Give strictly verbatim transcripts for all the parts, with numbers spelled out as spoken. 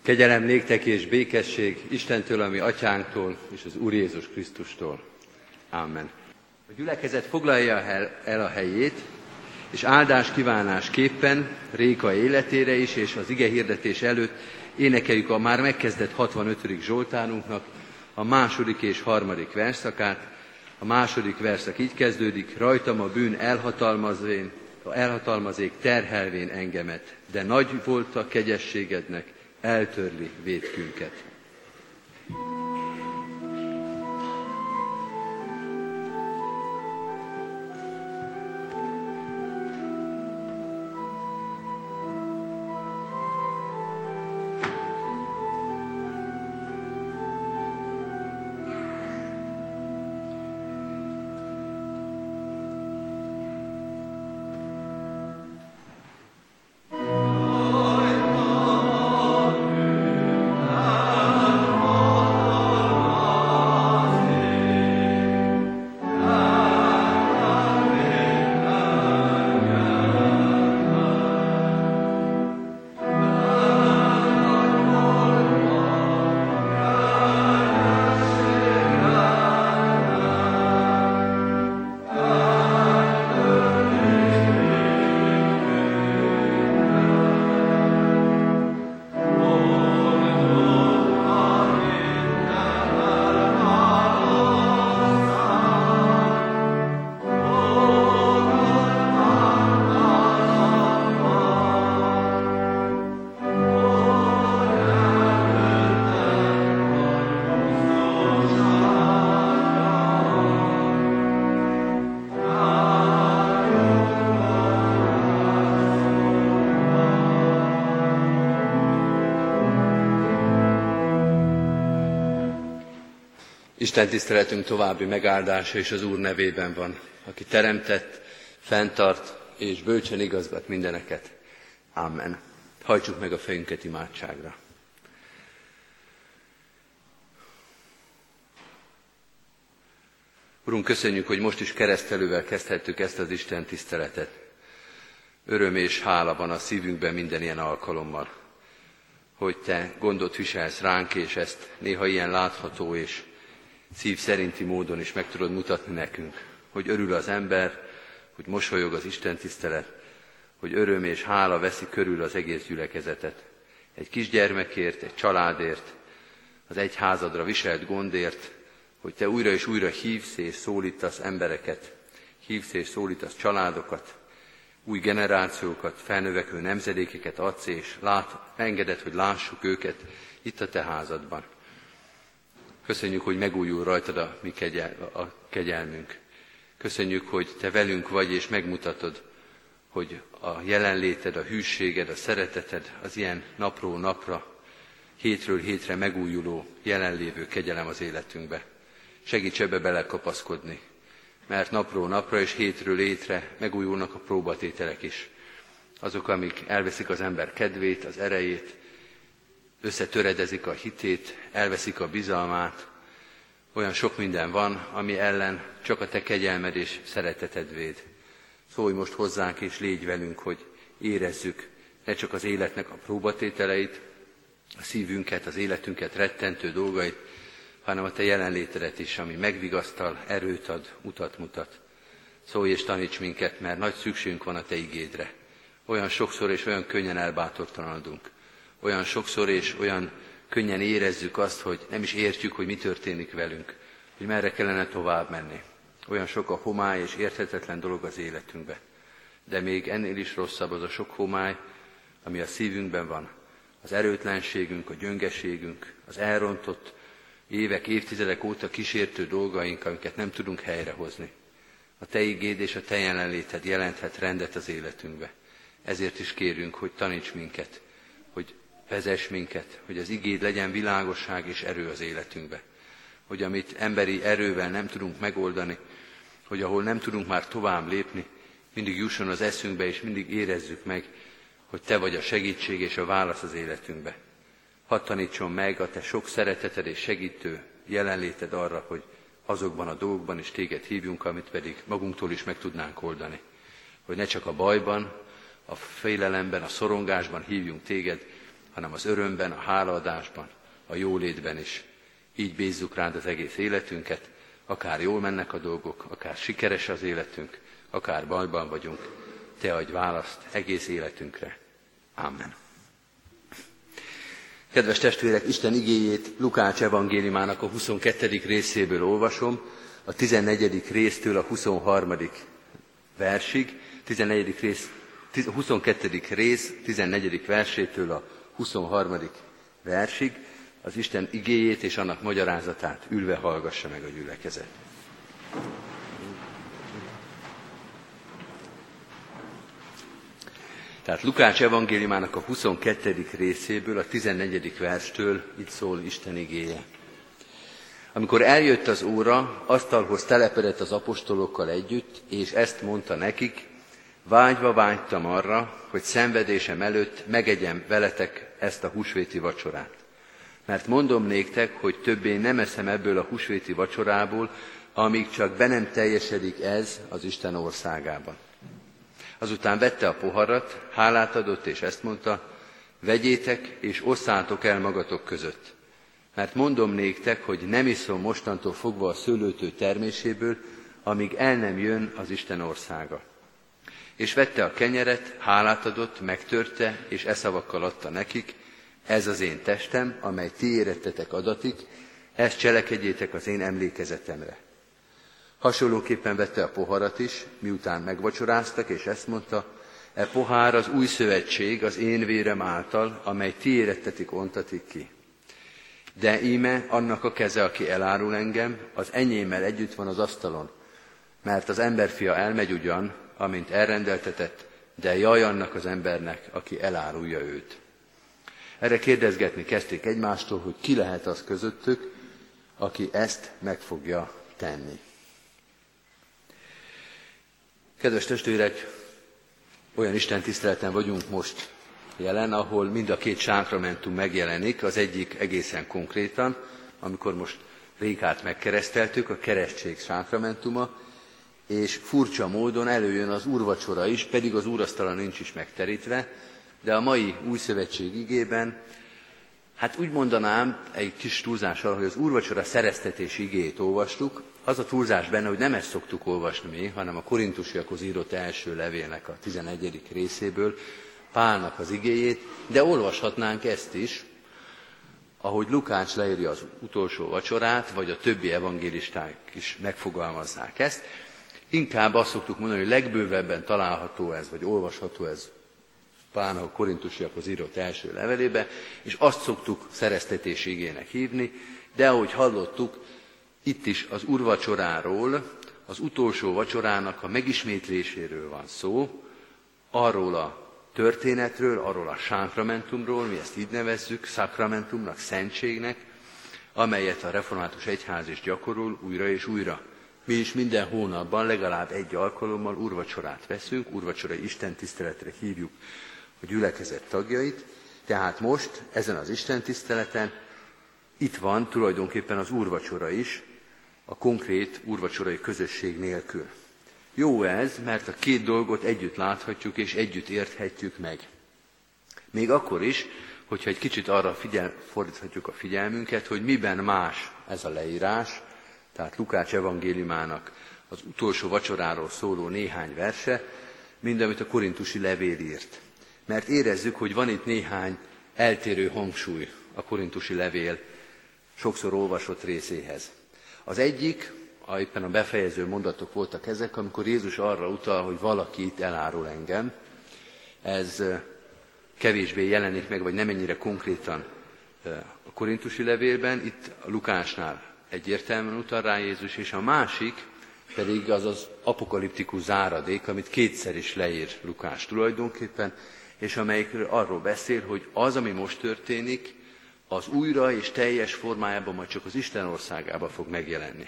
Kegyelem néktek és békesség Istentől, ami atyánktól, és az Úr Jézus Krisztustól. Ámen. A gyülekezet foglalja el a helyét, és áldás kívánásképpen Réka életére is, és az igehirdetés előtt énekeljük a már megkezdett hatvanötödik Zsoltárunknak a második és harmadik verszakát. A második verszak így kezdődik: rajtam a bűn elhatalmazvén, elhatalmazék terhelvén engemet, de nagy volt a kegyességednek, eltörli vétkünket. Isten tiszteletünk további megáldása és az Úr nevében van, aki teremtett, fenntart és bölcsen igazgat mindeneket. Amen. Hajtsuk meg a fejünket imádságra. Urunk, köszönjük, hogy most is keresztelővel kezdhettük ezt az Isten tiszteletet. Öröm és hála van a szívünkben minden ilyen alkalommal, hogy Te gondot viselsz ránk, és ezt néha ilyen látható és szív szerinti módon is meg tudod mutatni nekünk, hogy örül az ember, hogy mosolyog az Isten tisztelet, hogy öröm és hála veszi körül az egész gyülekezetet. Egy kisgyermekért, egy családért, az egyházadra viselt gondért, hogy Te újra és újra hívsz és szólítasz embereket, hívsz és szólítasz családokat, új generációkat, felnövekvő nemzedékeket adsz, és lát, engeded, hogy lássuk őket itt a Te házadban. Köszönjük, hogy megújul rajtad a mi kegyel, a kegyelmünk. Köszönjük, hogy Te velünk vagy, és megmutatod, hogy a jelenléted, a hűséged, a szereteted az ilyen napról napra, hétről hétre megújuló, jelenlévő kegyelem az életünkbe. Segíts ebbe belekapaszkodni, mert napról napra és hétről hétre megújulnak a próbatételek is. Azok, amik elveszik az ember kedvét, az erejét, összetöredezik a hitét, elveszik a bizalmát. Olyan sok minden van, ami ellen csak a Te kegyelmed és szereteted véd. Szólj most hozzánk és légy velünk, hogy érezzük ne csak az életnek a próbatételeit, a szívünket, az életünket rettentő dolgait, hanem a Te jelenlétedet is, ami megvigasztal, erőt ad, utat mutat. Szólj és taníts minket, mert nagy szükségünk van a Te igédre. Olyan sokszor és olyan könnyen elbátortalanodunk. Olyan sokszor és olyan könnyen érezzük azt, hogy nem is értjük, hogy mi történik velünk, hogy merre kellene tovább menni. Olyan sok a homály és érthetetlen dolog az életünkbe. De még ennél is rosszabb az a sok homály, ami a szívünkben van. Az erőtlenségünk, a gyöngeségünk, az elrontott, évek, évtizedek óta kísértő dolgaink, amiket nem tudunk helyrehozni. A Te igéd és a Te jelenléted jelenthet rendet az életünkbe. Ezért is kérünk, hogy taníts minket, hogy vezess minket, hogy az igéd legyen világosság és erő az életünkbe. Hogy amit emberi erővel nem tudunk megoldani, hogy ahol nem tudunk már tovább lépni, mindig jusson az eszünkbe, és mindig érezzük meg, hogy Te vagy a segítség és a válasz az életünkbe. Hadd tanítson meg a Te sok szereteted és segítő jelenléted arra, hogy azokban a dolgokban is Téged hívjunk, amit pedig magunktól is meg tudnánk oldani. Hogy ne csak a bajban, a félelemben, a szorongásban hívjunk Téged, hanem az örömben, a hálaadásban, a jólétben is. Így bízzuk rád az egész életünket, akár jól mennek a dolgok, akár sikeres az életünk, akár bajban vagyunk. Te adj választ egész életünkre. Amen. Kedves testvérek, Isten igéjét Lukács evangéliumának a huszonkettedik részéből olvasom, a tizennegyedik résztől a huszonharmadik versig, tizennegyedik rész, huszonkettedik rész, tizennegyedik versétől a huszonharmadik versig, az Isten igéjét és annak magyarázatát ülve hallgassa meg a gyülekezet. Tehát Lukács evangéliumának a huszonkettedik részéből, a tizennegyedik verstől így szól Isten igéje. Amikor eljött az óra, asztalhoz telepedett az apostolokkal együtt, és ezt mondta nekik: vágyva vágytam arra, hogy szenvedésem előtt megegyem veletek ezt a húsvéti vacsorát. Mert mondom néktek, hogy többé nem eszem ebből a húsvéti vacsorából, amíg csak be nem teljesedik ez az Isten országában. Azután vette a poharat, hálát adott, és ezt mondta: vegyétek és osszátok el magatok között. Mert mondom néktek, hogy nem iszom mostantól fogva a szőlőtő terméséből, amíg el nem jön az Isten országa. És vette a kenyeret, hálát adott, megtörte, és e szavakkal adta nekik: ez az én testem, amely ti érettetek adatik, ezt cselekedjétek az én emlékezetemre. Hasonlóképpen vette a poharat is, miután megvacsoráztak, és ezt mondta: e pohár az új szövetség az én vérem által, amely ti érettetik ontatik ki. De íme annak a keze, aki elárul engem, az enyémmel együtt van az asztalon, mert az emberfia elmegy ugyan, amint elrendeltetett, de jaj annak az embernek, aki elárulja őt. Erre kérdezgetni kezdték egymástól, hogy ki lehet az közöttük, aki ezt meg fogja tenni. Kedves testvérek, olyan istentiszteleten vagyunk most jelen, ahol mind a két sákramentum megjelenik, az egyik egészen konkrétan, amikor most Rékát megkereszteltük, a keresztség sákramentuma, és furcsa módon előjön az úrvacsora is, pedig az úrasztala nincs is megterítve, de a mai új szövetség igében, hát úgy mondanám egy kis túlzással, hogy az úrvacsora szereztetés igéjét olvastuk. Az a túlzás benne, hogy nem ezt szoktuk olvasni mi, hanem a korintusiakhoz írott első levélnek a tizennegyedik részéből, Pálnak az igéjét, de olvashatnánk ezt is, ahogy Lukács leírja az utolsó vacsorát, vagy a többi evangélisták is megfogalmazzák ezt. Inkább azt szoktuk mondani, hogy legbővebben található ez, vagy olvasható ez Pálnak a korintusiakhoz írott első levelébe, és azt szoktuk szereztetés igének hívni, de ahogy hallottuk, itt is az úrvacsoráról, az utolsó vacsorának a megismétléséről van szó, arról a történetről, arról a sákramentumról, mi ezt így nevezzük, szakramentumnak, szentségnek, amelyet a református egyház is gyakorol újra és újra. Mi is minden hónapban legalább egy alkalommal úrvacsorát veszünk, úrvacsorai istentiszteletre hívjuk a gyülekezet tagjait, tehát most ezen az istentiszteleten itt van tulajdonképpen az úrvacsora is, a konkrét úrvacsorai közösség nélkül. Jó ez, mert a két dolgot együtt láthatjuk és együtt érthetjük meg. Még akkor is, hogyha egy kicsit arra figyel, fordíthatjuk a figyelmünket, hogy miben más ez a leírás, tehát Lukács evangéliumának az utolsó vacsoráról szóló néhány verse, mint amit a korintusi levél írt. Mert érezzük, hogy van itt néhány eltérő hangsúly a korintusi levél sokszor olvasott részéhez. Az egyik, a, éppen a befejező mondatok voltak ezek, amikor Jézus arra utal, hogy valaki itt elárul engem. Ez kevésbé jelenik meg, vagy nem ennyire konkrétan a korintusi levélben, itt a Lukásnál egyértelműen utal rá Jézus, és a másik pedig az az apokaliptikus záradék, amit kétszer is leír Lukás tulajdonképpen, és amelyikről arról beszél, hogy az, ami most történik, az újra és teljes formájában majd csak az Isten országában fog megjelenni.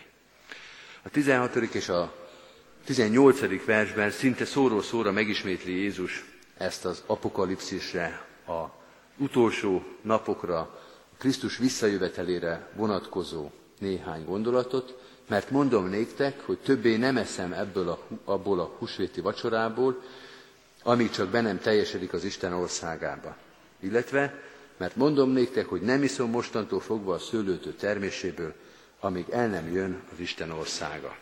A tizenhatodik és a tizennyolcadik versben szinte szóról szóra megismétli Jézus ezt az apokalipszisre, az utolsó napokra, a Krisztus visszajövetelére vonatkozó néhány gondolatot, mert mondom néktek, hogy többé nem eszem ebből a, abból a húsvéti vacsorából, amíg csak be nem teljesedik az Isten országába. Illetve, mert mondom néktek, hogy nem iszom mostantól fogva a szőlőtő terméséből, amíg el nem jön az Isten országa.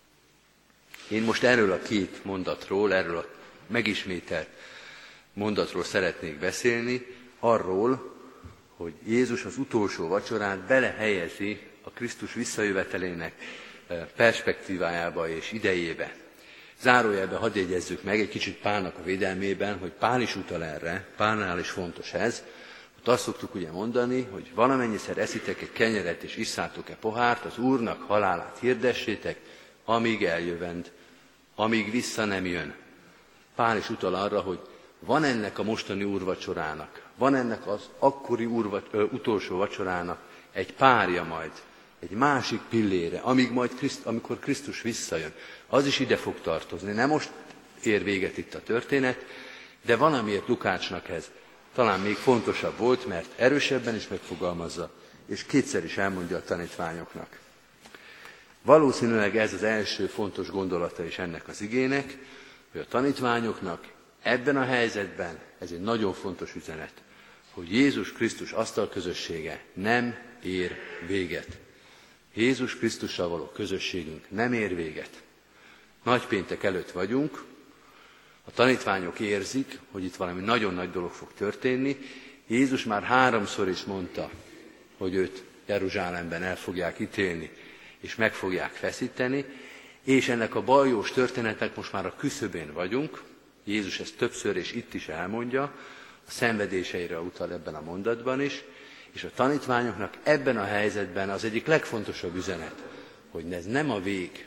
Én most erről a két mondatról, erről a megismételt mondatról szeretnék beszélni, arról, hogy Jézus az utolsó vacsorát belehelyezi a Krisztus visszajövetelének perspektívájába és idejébe. Zárójelben hadd jegyezzük meg egy kicsit Pálnak a védelmében, hogy Pál is utal erre, Pálnál is fontos ez. Ott azt szoktuk ugye mondani, hogy valamennyiszer eszitek-e kenyeret és isszátok-e pohárt, az Úrnak halálát hirdessétek, amíg eljövend, amíg vissza nem jön. Pál is utal arra, hogy van ennek a mostani úrvacsorának, van ennek az akkori úrva, ö, utolsó vacsorának egy párja majd, egy másik pillére, amíg majd Kriszt, amikor Krisztus visszajön. Az is ide fog tartozni. Nem most ér véget itt a történet, de valamiért Lukácsnak ez talán még fontosabb volt, mert erősebben is megfogalmazza, és kétszer is elmondja a tanítványoknak. Valószínűleg ez az első fontos gondolata is ennek az igének, hogy a tanítványoknak ebben a helyzetben ez egy nagyon fontos üzenet, hogy Jézus Krisztus asztalközössége nem ér véget. Jézus Krisztussal való közösségünk nem ér véget. Nagypéntek előtt vagyunk, a tanítványok érzik, hogy itt valami nagyon nagy dolog fog történni. Jézus már háromszor is mondta, hogy őt Jeruzsálemben el fogják ítélni, és meg fogják feszíteni, és ennek a baljós történetnek most már a küszöbén vagyunk. Jézus ezt többször és itt is elmondja, a szenvedéseire utal ebben a mondatban is, és a tanítványoknak ebben a helyzetben az egyik legfontosabb üzenet, hogy ez nem a vég,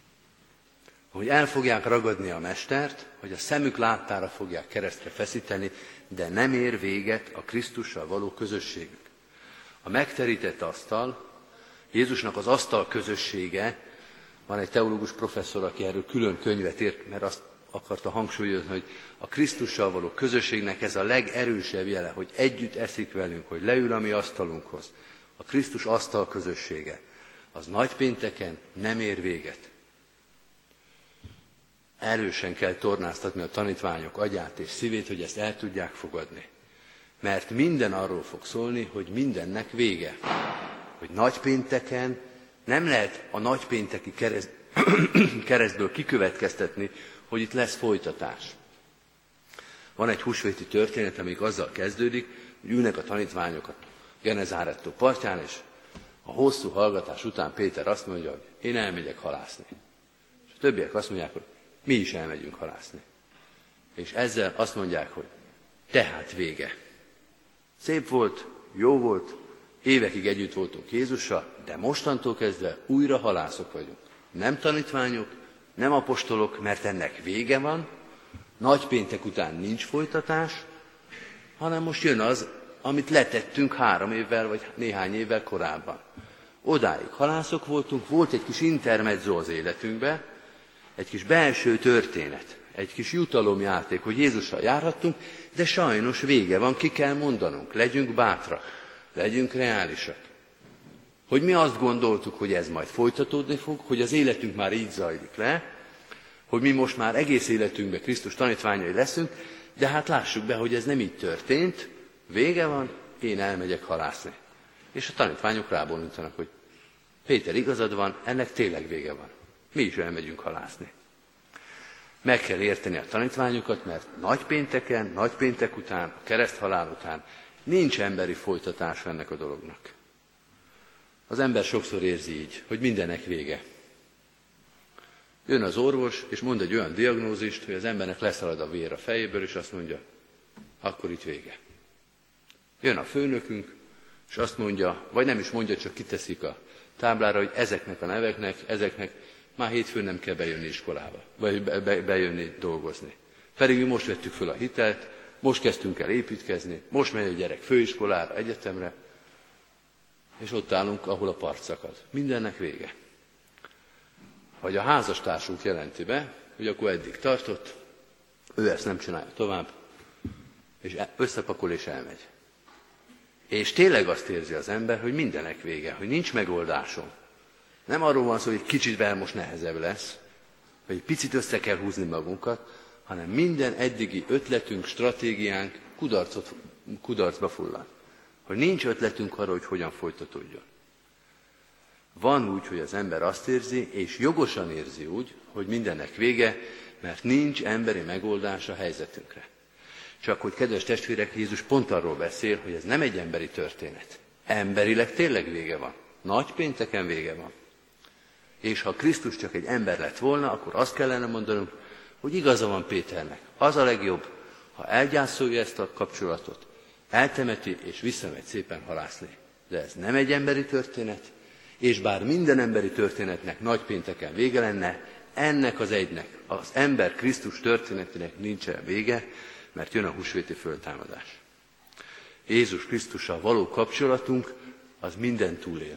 hogy el fogják ragadni a mestert, hogy a szemük láttára fogják keresztre feszíteni, de nem ér véget a Krisztussal való közösségük. A megterített asztal, Jézusnak az asztal közössége, van egy teológus professzor, aki erről külön könyvet írt, mert azt akarta hangsúlyozni, hogy a Krisztussal való közösségnek ez a legerősebb jele, hogy együtt eszik velünk, hogy leül a mi asztalunkhoz. A Krisztus asztal közössége, az nagypénteken nem ér véget. Erősen kell tornáztatni a tanítványok agyát és szívét, hogy ezt el tudják fogadni. Mert minden arról fog szólni, hogy mindennek vége. Hogy nagypénteken nem lehet a nagypénteki kereszt, keresztből kikövetkeztetni, hogy itt lesz folytatás. Van egy húsvéti történet, amik azzal kezdődik, hogy ülnek a tanítványok a Genezárettó partján, és a hosszú hallgatás után Péter azt mondja, hogy én elmegyek halászni. És a többiek azt mondják, hogy mi is elmegyünk halászni. És ezzel azt mondják, hogy tehát vége. Szép volt, jó volt, évekig együtt voltunk Jézussal, de mostantól kezdve újra halászok vagyunk. Nem tanítványok, nem apostolok, mert ennek vége van, nagypéntek után nincs folytatás, hanem most jön az, amit letettünk három évvel vagy néhány évvel korábban. Odáig halászok voltunk, volt egy kis intermezzo az életünkben, egy kis belső történet, egy kis jutalomjáték, hogy Jézussal járhattunk, de sajnos vége van, ki kell mondanunk, legyünk bátrak, legyünk reálisak. Hogy mi azt gondoltuk, hogy ez majd folytatódni fog, hogy az életünk már így zajlik le, hogy mi most már egész életünkben Krisztus tanítványai leszünk, de hát lássuk be, hogy ez nem így történt, vége van, én elmegyek halászni. És a tanítványok rábólintanak, hogy Péter, igazad van, ennek tényleg vége van. Mi is elmegyünk halászni. Meg kell érteni a tanítványokat, mert nagypénteken, nagypéntek után, a kereszthalál után nincs emberi folytatása ennek a dolognak. Az ember sokszor érzi így, hogy mindennek vége. Jön az orvos, és mond egy olyan diagnózist, hogy az embernek leszalad a vér a fejéből, és azt mondja, akkor itt vége. Jön a főnökünk, és azt mondja, vagy nem is mondja, csak kiteszik a táblára, hogy ezeknek a neveknek, ezeknek már hétfőn nem kell bejönni iskolába, vagy be, be, bejönni dolgozni. Pedig mi most vettük föl a hitelt, most kezdtünk el építkezni, most megy a gyerek főiskolára, egyetemre, és ott állunk, ahol a part szakad. Mindennek vége. Vagy a házastársunk jelenti be, hogy akkor eddig tartott, ő ezt nem csinálja tovább, és összepakol és elmegy. És tényleg azt érzi az ember, hogy mindennek vége, hogy nincs megoldásom. Nem arról van szó, hogy egy kicsit most nehezebb lesz, vagy egy picit össze kell húzni magunkat, hanem minden eddigi ötletünk, stratégiánk kudarcot, kudarcba fullad. hogy nincs ötletünk arra, hogy hogyan folytatódjon. Van úgy, hogy az ember azt érzi, és jogosan érzi úgy, hogy mindennek vége, mert nincs emberi megoldás a helyzetünkre. Csak hogy, kedves testvérek, Jézus pont arról beszél, hogy ez nem egy emberi történet. Emberileg tényleg vége van. Nagy pénteken vége van. És ha Krisztus csak egy ember lett volna, akkor azt kellene mondanunk, hogy igaza van Péternek. Az a legjobb, ha elgyászolja ezt a kapcsolatot, eltemeti és visszamegy szépen halászni. De ez nem egy emberi történet, és bár minden emberi történetnek nagy pénteken vége lenne, ennek az egynek, az ember Krisztus történetének nincsen vége, mert jön a húsvéti föltámadás. Jézus Krisztussal való kapcsolatunk az minden túlél.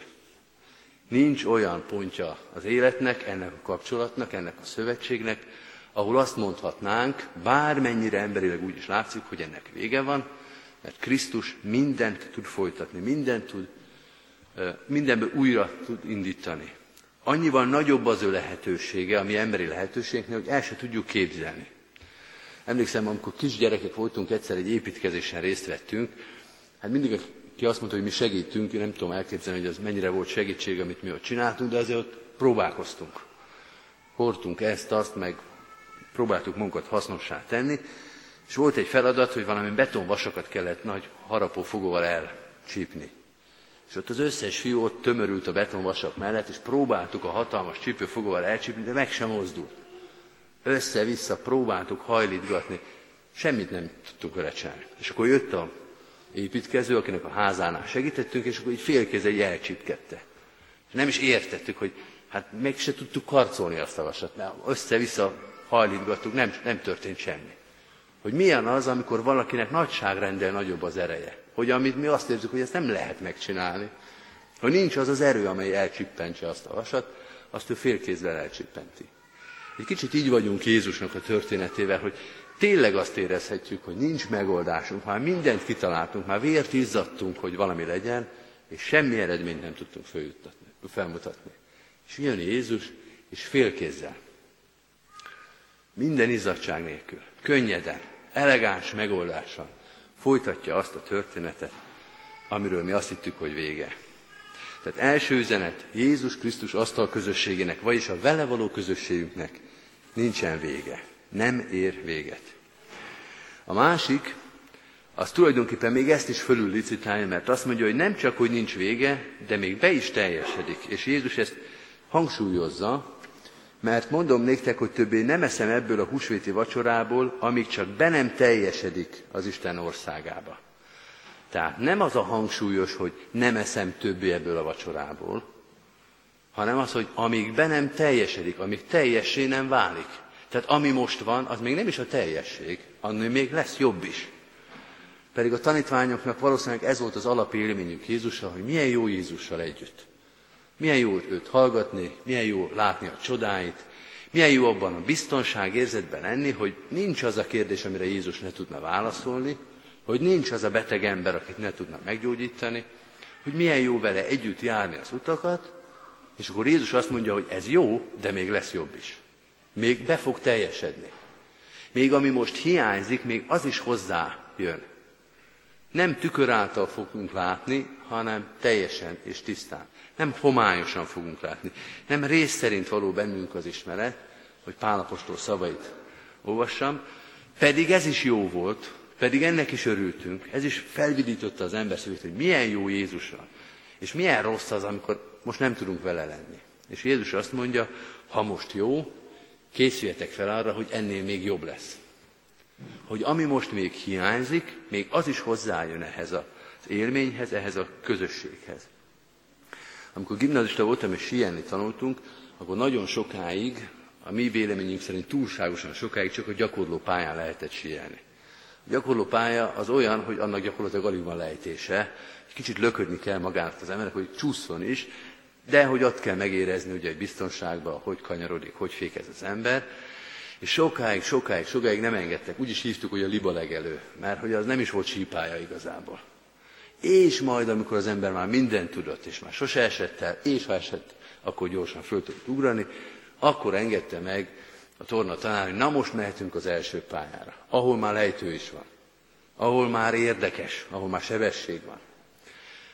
Nincs olyan pontja az életnek, ennek a kapcsolatnak, ennek a szövetségnek, ahol azt mondhatnánk, bármennyire emberileg úgy is látszik, hogy ennek vége van, mert Krisztus mindent tud folytatni, mindent tud, mindenből újra tud indítani. Annyival nagyobb az ő lehetősége, ami emberi lehetőségnél, hogy el se tudjuk képzelni. Emlékszem, amikor kisgyerekek voltunk, egyszer egy építkezésen részt vettünk, hát mindig ki azt mondta, hogy mi segítünk, én nem tudom elképzelni, hogy az mennyire volt segítség, amit mi ott csináltunk, de azért ott próbálkoztunk. Hordtunk ezt, azt, meg próbáltuk magunkat hasznossá tenni, és volt egy feladat, hogy valami betonvasakat kellett nagy harapófogóval elcsípni. És ott az összes fiú ott tömörült a betonvasak mellett, és próbáltuk a hatalmas csípőfogóval elcsípni, de meg sem mozdult. Össze-vissza próbáltuk hajlítgatni, semmit nem tudtunk vele csinálni. És akkor jött a építkező, akinek a házánál segítettünk, és akkor így félkézzel így elcsípkedte. És nem is értettük, hogy hát meg se tudtuk karcolni azt a vasat, mert össze-vissza hajlítgattuk, nem, nem történt semmi. Hogy milyen az, amikor valakinek nagyságrendel nagyobb az ereje. Hogy amit mi azt érzük, hogy ezt nem lehet megcsinálni. Hogy nincs az az erő, amely elcsippentse azt a vasat, azt ő félkézzel elcsippenti. Egy kicsit így vagyunk Jézusnak a történetével, hogy tényleg azt érezhetjük, hogy nincs megoldásunk, már mindent kitaláltunk, már vért izzadtunk, hogy valami legyen, és semmi eredményt nem tudtunk felmutatni. És jön Jézus, és félkézzel. Minden izzadság nélkül, könnyeden, elegáns megoldással folytatja azt a történetet, amiről mi azt hittük, hogy vége. Tehát első üzenet, Jézus Krisztus asztal közösségének, vagyis a vele való közösségünknek nincsen vége. Nem ér véget. A másik, az tulajdonképpen még ezt is fölül licitálja, mert azt mondja, hogy nem csak, hogy nincs vége, de még be is teljesedik. És Jézus ezt hangsúlyozza, mert mondom néktek, hogy többé nem eszem ebből a húsvéti vacsorából, amíg csak be nem teljesedik az Isten országába. Tehát nem az a hangsúlyos, hogy nem eszem többé ebből a vacsorából, hanem az, hogy amíg be nem teljesedik, amíg teljessé nem válik. Tehát ami most van, az még nem is a teljesség, annál még lesz jobb is. Pedig a tanítványoknak valószínűleg ez volt az alapélményük Jézussal, hogy milyen jó Jézussal együtt. Milyen jó őt hallgatni, milyen jó látni a csodáit, milyen jó abban a biztonságérzetben lenni, hogy nincs az a kérdés, amire Jézus ne tudna válaszolni, hogy nincs az a beteg ember, akit ne tudna meggyógyítani, hogy milyen jó vele együtt járni az utakat, és akkor Jézus azt mondja, hogy ez jó, de még lesz jobb is. Még be fog teljesedni. Még ami most hiányzik, még az is hozzá jön. Nem tükör által fogunk látni, hanem teljesen és tisztán. Nem homályosan fogunk látni. Nem rész szerint való bennünk az ismeret, hogy Pál apostol szavait olvassam, pedig ez is jó volt, pedig ennek is örültünk, ez is felvidította az ember szívét, hogy milyen jó Jézusra, és milyen rossz az, amikor most nem tudunk vele lenni. És Jézus azt mondja, ha most jó, készüljetek fel arra, hogy ennél még jobb lesz. Hogy ami most még hiányzik, még az is hozzájön ehhez az élményhez, ehhez a közösséghez. Amikor gimnazista voltam és síelni tanultunk, akkor nagyon sokáig, a mi véleményünk szerint túlságosan sokáig csak a gyakorló pályán lehetett síelni. A gyakorló pálya az olyan, hogy annak gyakorlatilag alig van lejtése, kicsit löködni kell magának az embernek, hogy csúszson is, de hogy ott kell megérezni ugye egy biztonságban, hogy kanyarodik, hogy fékez az ember, és sokáig, sokáig, sokáig nem engedtek. Úgy is hívtuk, hogy a libalegelő, mert hogy az nem is volt sípálya igazából. És majd, amikor az ember már mindent tudott, és már sose esett el, és ha esett, akkor gyorsan föl tudott ugrani, akkor engedte meg a torna tanár, hogy na most mehetünk az első pályára, ahol már lejtő is van, ahol már érdekes, ahol már sebesség van.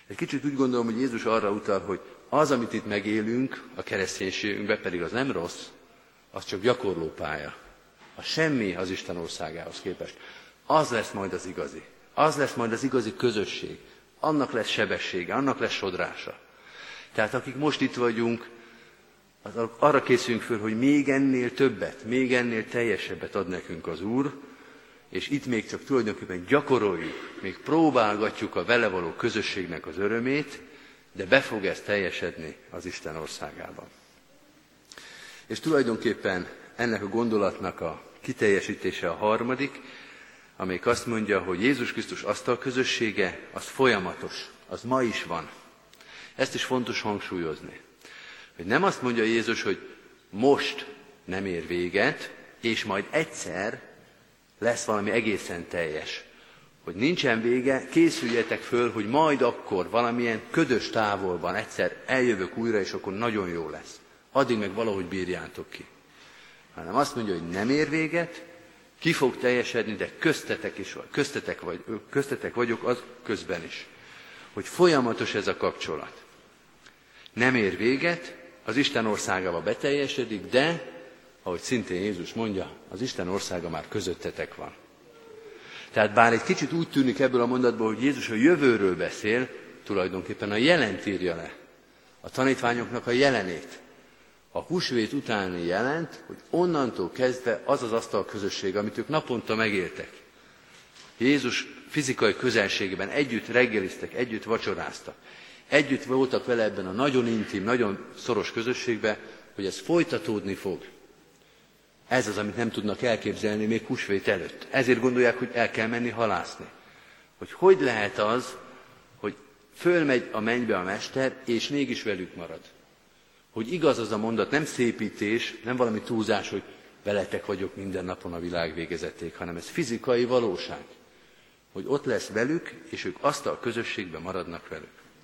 Egy kicsit úgy gondolom, hogy Jézus arra utal, hogy az, amit itt megélünk a kereszténységünkben, pedig az nem rossz, az csak gyakorlópálya. A semmi az Isten országához képest. Az lesz majd az igazi. Az lesz majd az igazi közösség. Annak lesz sebessége, annak lesz sodrása. Tehát akik most itt vagyunk, az arra készülünk föl, hogy még ennél többet, még ennél teljesebbet ad nekünk az Úr, és itt még csak tulajdonképpen gyakoroljuk, még próbálgatjuk a vele való közösségnek az örömét, de be fog ez teljesedni az Isten országában. És tulajdonképpen ennek a gondolatnak a kiteljesítése a harmadik, amelyik azt mondja, hogy Jézus Krisztus asztal közössége, az folyamatos, az ma is van. Ezt is fontos hangsúlyozni. Hogy nem azt mondja Jézus, hogy most nem ér véget, és majd egyszer lesz valami egészen teljes. Hogy nincsen vége, készüljetek föl, hogy majd akkor valamilyen ködös távolban egyszer eljövök újra, és akkor nagyon jó lesz. Addig meg valahogy bírjátok ki. Hanem azt mondja, hogy nem ér véget, ki fog teljesedni, de köztetek, is, köztetek, vagy, köztetek vagyok az közben is. Hogy folyamatos ez a kapcsolat. Nem ér véget, az Isten országába beteljesedik, de, ahogy szintén Jézus mondja, az Isten országa már közöttetek van. Tehát bár egy kicsit úgy tűnik ebből a mondatból, hogy Jézus a jövőről beszél, tulajdonképpen a jelent írja le. A tanítványoknak a jelenét. A húsvét utáni jelent, hogy onnantól kezdve az az asztal közösség, amit ők naponta megéltek. Jézus fizikai közelségében együtt reggeliztek, együtt vacsoráztak. Együtt voltak vele ebben a nagyon intim, nagyon szoros közösségben, hogy ez folytatódni fog. Ez az, amit nem tudnak elképzelni még húsvét előtt. Ezért gondolják, hogy el kell menni halászni. Hogy hogy lehet az, hogy fölmegy a mennybe a mester, és mégis velük marad. Hogy igaz az a mondat, nem szépítés, nem valami túlzás, hogy veletek vagyok minden napon a világ végezetéig, hanem ez fizikai valóság. Hogy ott lesz velük, és ők azt a közösségben maradnak velük.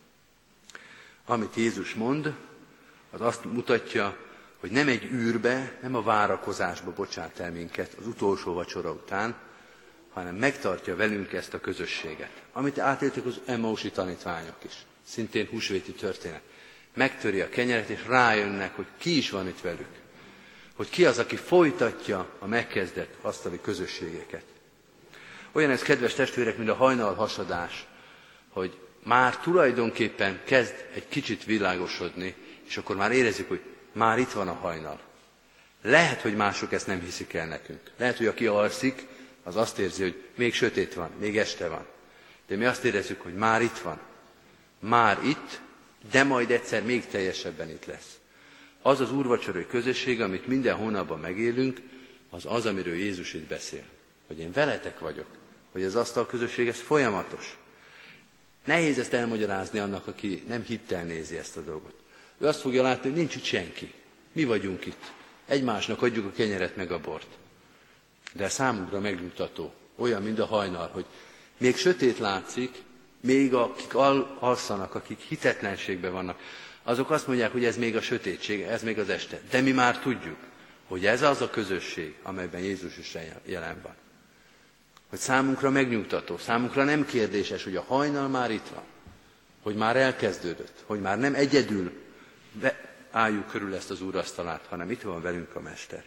Amit Jézus mond, az azt mutatja, hogy nem egy űrbe, nem a várakozásba bocsát el minket az utolsó vacsora után, hanem megtartja velünk ezt a közösséget. Amit átéltek az Emmausi tanítványok is, szintén húsvéti történet. Megtöri a kenyeret, és rájönnek, hogy ki is van itt velük. Hogy ki az, aki folytatja a megkezdett asztali közösségeket. Olyan ez, kedves testvérek, mint a hajnal hasadás, hogy már tulajdonképpen kezd egy kicsit világosodni, és akkor már érezzük, hogy már itt van a hajnal. Lehet, hogy mások ezt nem hiszik el nekünk. Lehet, hogy aki alszik, az azt érzi, hogy még sötét van, még este van. De mi azt érezzük, hogy már itt van. Már itt, de majd egyszer még teljesebben itt lesz. Az az úrvacsorai közösség, amit minden hónapban megélünk, az az, amiről Jézus itt beszél. Hogy én veletek vagyok, hogy az asztal közösség, ez folyamatos. Nehéz ezt elmagyarázni annak, aki nem hittel nézi ezt a dolgot. Ő azt fogja látni, hogy nincs itt senki. Mi vagyunk itt. Egymásnak adjuk a kenyeret meg a bort. De számunkra megnyugtató. Olyan, mint a hajnal, hogy még sötét látszik, még akik al- alszanak, akik hitetlenségben vannak, azok azt mondják, hogy ez még a sötétség, ez még az este. De mi már tudjuk, hogy ez az a közösség, amelyben Jézus is jelen van. Hogy számunkra megnyugtató, számunkra nem kérdéses, hogy a hajnal már itt van, hogy már elkezdődött, hogy már nem egyedül álljuk körül ezt az úrasztalát, hanem itt van velünk a Mester.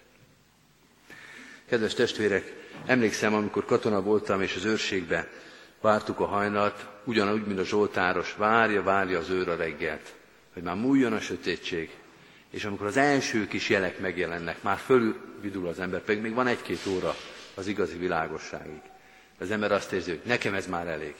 Kedves testvérek, emlékszem, amikor katona voltam, és az őrségbe vártuk a hajnalt, ugyanúgy, mint a zsoltáros, várja, várja az őr a reggelt, hogy már múljon a sötétség, és amikor az első kis jelek megjelennek, már fölvidul az ember, pedig még van egy-két óra az igazi világosságig. Az ember azt érzi, hogy nekem ez már elég.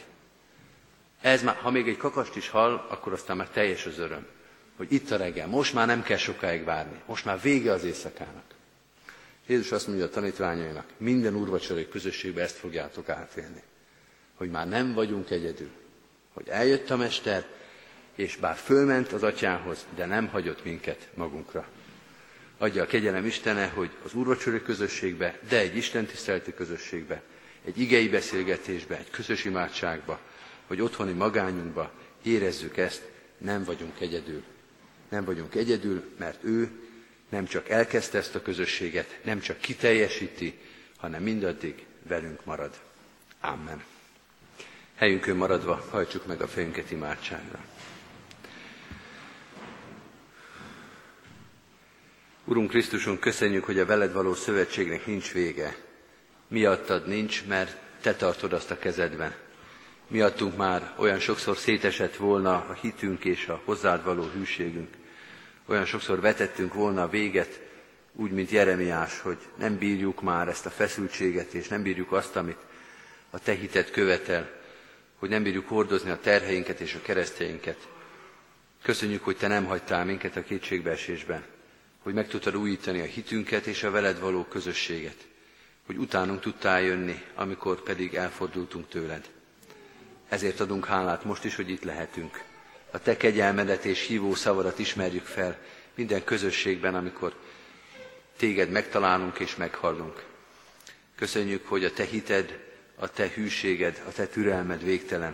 Ez már, ha még egy kakast is hall, akkor aztán már teljes az öröm, hogy itt a reggel, most már nem kell sokáig várni, most már vége az éjszakának. Jézus azt mondja a tanítványainak, minden úrvacsorai közösségben ezt fogjátok átélni, hogy már nem vagyunk egyedül, hogy eljött a Mester, és bár fölment az Atyához, de nem hagyott minket magunkra. Adja a kegyelem Istene, hogy az úrvacsorai közösségbe, de egy istentiszteleti közösségbe, egy igei beszélgetésbe, egy közös imádságba, hogy otthoni magányunkba érezzük ezt, nem vagyunk egyedül. Nem vagyunk egyedül, mert ő nem csak elkezdte ezt a közösséget, nem csak kiteljesíti, hanem mindaddig velünk marad. Amen. Helyünkön maradva hajtsuk meg a fejünket imádságra. Urunk Krisztusunk, köszönjük, hogy a veled való szövetségnek nincs vége. Miattad nincs, mert te tartod azt a kezedben. Miattunk már olyan sokszor szétesett volna a hitünk és a hozzád való hűségünk. Olyan sokszor vetettünk volna a véget, úgy, mint Jeremiás, hogy nem bírjuk már ezt a feszültséget, és nem bírjuk azt, amit a te hited követel, hogy nem bírjuk hordozni a terheinket és a keresztjeinket. Köszönjük, hogy te nem hagytál minket a kétségbeesésben, hogy meg tudtad újítani a hitünket és a veled való közösséget, hogy utánunk tudtál jönni, amikor pedig elfordultunk tőled. Ezért adunk hálát most is, hogy itt lehetünk. A te kegyelmedet és hívó szavadat ismerjük fel minden közösségben, amikor téged megtalálunk és meghallunk. Köszönjük, hogy a te hited, a te hűséged, a te türelmed végtelen,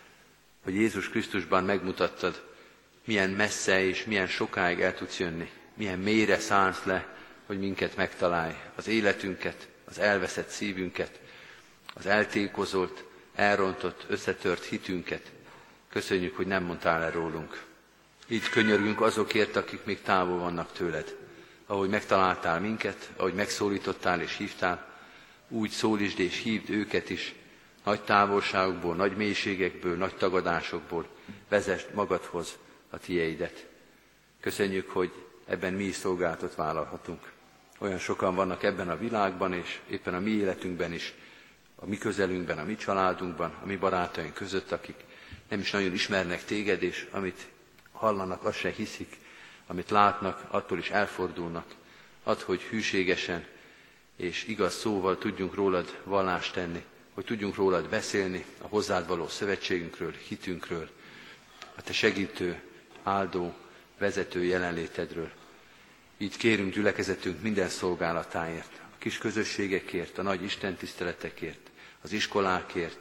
hogy Jézus Krisztusban megmutattad, milyen messze és milyen sokáig el tudsz jönni, milyen mélyre szánsz le, hogy minket megtalálj, az életünket, az elveszett szívünket, az eltékozolt, elrontott, összetört hitünket. Köszönjük, hogy nem mondtál el rólunk. Így könyörgünk azokért, akik még távol vannak tőled. Ahogy megtaláltál minket, ahogy megszólítottál és hívtál, úgy szólítsd és hívd őket is, nagy távolságokból, nagy mélységekből, nagy tagadásokból, vezesd magadhoz a tieidet. Köszönjük, hogy ebben mi is szolgálatot vállalhatunk. Olyan sokan vannak ebben a világban, és éppen a mi életünkben is, a mi közelünkben, a mi családunkban, a mi barátaink között, akik nem is nagyon ismernek téged, és amit hallanak, azt se hiszik, amit látnak, attól is elfordulnak. Add, hogy hűségesen és igaz szóval tudjunk rólad vallást tenni, hogy tudjunk rólad beszélni, a hozzád való szövetségünkről, hitünkről, a te segítő, áldó, vezető jelenlétedről. Így kérünk gyülekezetünk minden szolgálatáért, a kis közösségekért, a nagy istentiszteletekért, az iskolákért,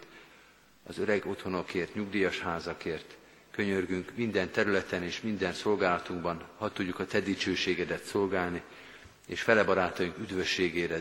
az öreg otthonokért, nyugdíjas házakért. Könyörgünk minden területen és minden szolgálatunkban, hadd tudjuk a te dicsőségedet szolgálni, és fele barátaink üdvösségére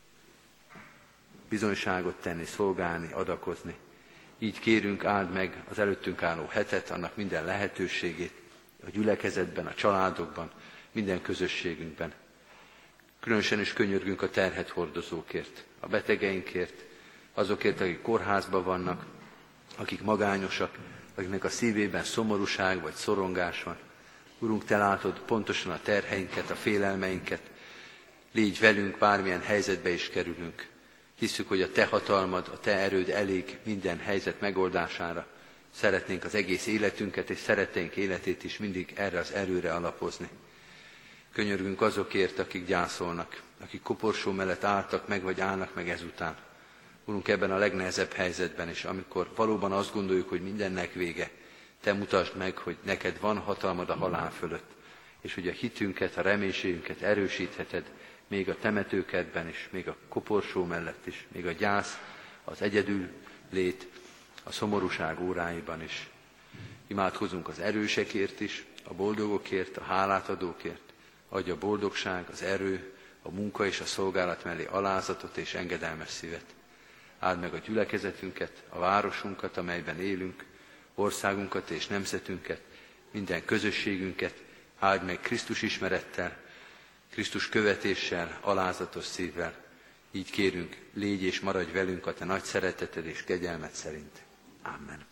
bizonyságot tenni, szolgálni, adakozni. Így kérünk, áld meg az előttünk álló hetet, annak minden lehetőségét, a gyülekezetben, a családokban, minden közösségünkben. Különösen is könyörgünk a terhet hordozókért, a betegeinkért, azokért, akik kórházban vannak, akik magányosak, akiknek a szívében szomorúság vagy szorongás van. Urunk, te látod pontosan a terheinket, a félelmeinket. Légy velünk, bármilyen helyzetbe is kerülünk. Hisszük, hogy a te hatalmad, a te erőd elég minden helyzet megoldására. Szeretnénk az egész életünket és szeretteink életét is mindig erre az erőre alapozni. Könyörgünk azokért, akik gyászolnak, akik koporsó mellett álltak meg, vagy állnak meg ezután. Urunk, ebben a legnehezebb helyzetben is, amikor valóban azt gondoljuk, hogy mindennek vége, te mutasd meg, hogy neked van hatalmad a halál fölött, és hogy a hitünket, a reménységünket erősítheted, még a temetőkertben is, még a koporsó mellett is, még a gyász, az egyedül lét, a szomorúság óráiban is. Imádkozunk az erősekért is, a boldogokért, a hálátadókért. Adj a boldogság, az erő, a munka és a szolgálat mellé alázatot és engedelmes szívet. Áld meg a gyülekezetünket, a városunkat, amelyben élünk, országunkat és nemzetünket, minden közösségünket. Áld meg Krisztus ismerettel, Krisztus követéssel, alázatos szívvel. Így kérünk, légy és maradj velünk a te nagy szereteted és kegyelmed szerint. Amen.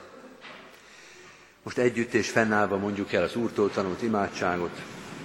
Most együtt és fennállva mondjuk el az Úrtól tanult imádságot.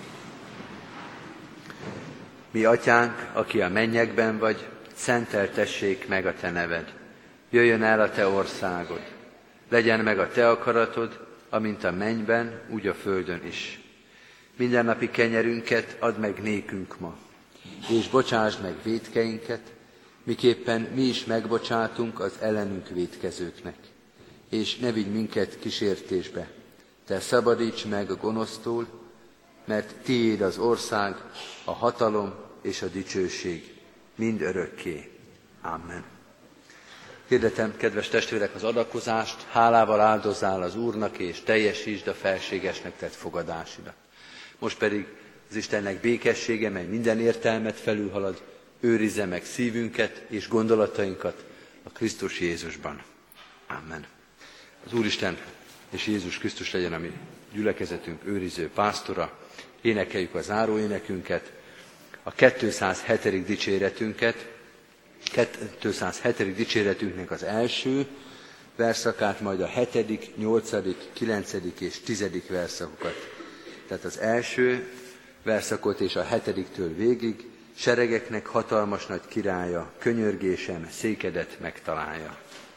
Mi atyánk, aki a mennyekben vagy, szenteltessék meg a te neved. Jöjjön el a te országod. Legyen meg a te akaratod, amint a mennyben, úgy a földön is. Mindennapi kenyerünket add meg nékünk ma, és bocsásd meg vétkeinket, miképpen mi is megbocsátunk az ellenünk vétkezőknek. És ne vigy minket kísértésbe, te szabadíts meg a gonosztól, mert tiéd az ország, a hatalom és a dicsőség mind örökké. Amen. Hirdetem, kedves testvérek, az adakozást, hálával áldozzál az Úrnak, és teljesítsd a felségesnek tett fogadásidat. Most pedig az Istennek békessége, mely minden értelmet felülhalad, őrizze meg szívünket és gondolatainkat a Krisztus Jézusban. Amen. Az Úristen és Jézus Krisztus legyen a mi gyülekezetünk őriző pásztora. Énekeljük a záróénekünket, a kétszázhetedik dicséretünket, kétszázhetedik dicséretünknek az első verszakát, majd a hetedik, nyolcadik, kilencedik és tizedik verszakokat. Tehát az első verszakot és a hetediktől végig: seregeknek hatalmas nagy királya, könyörgésem székedet megtalálja.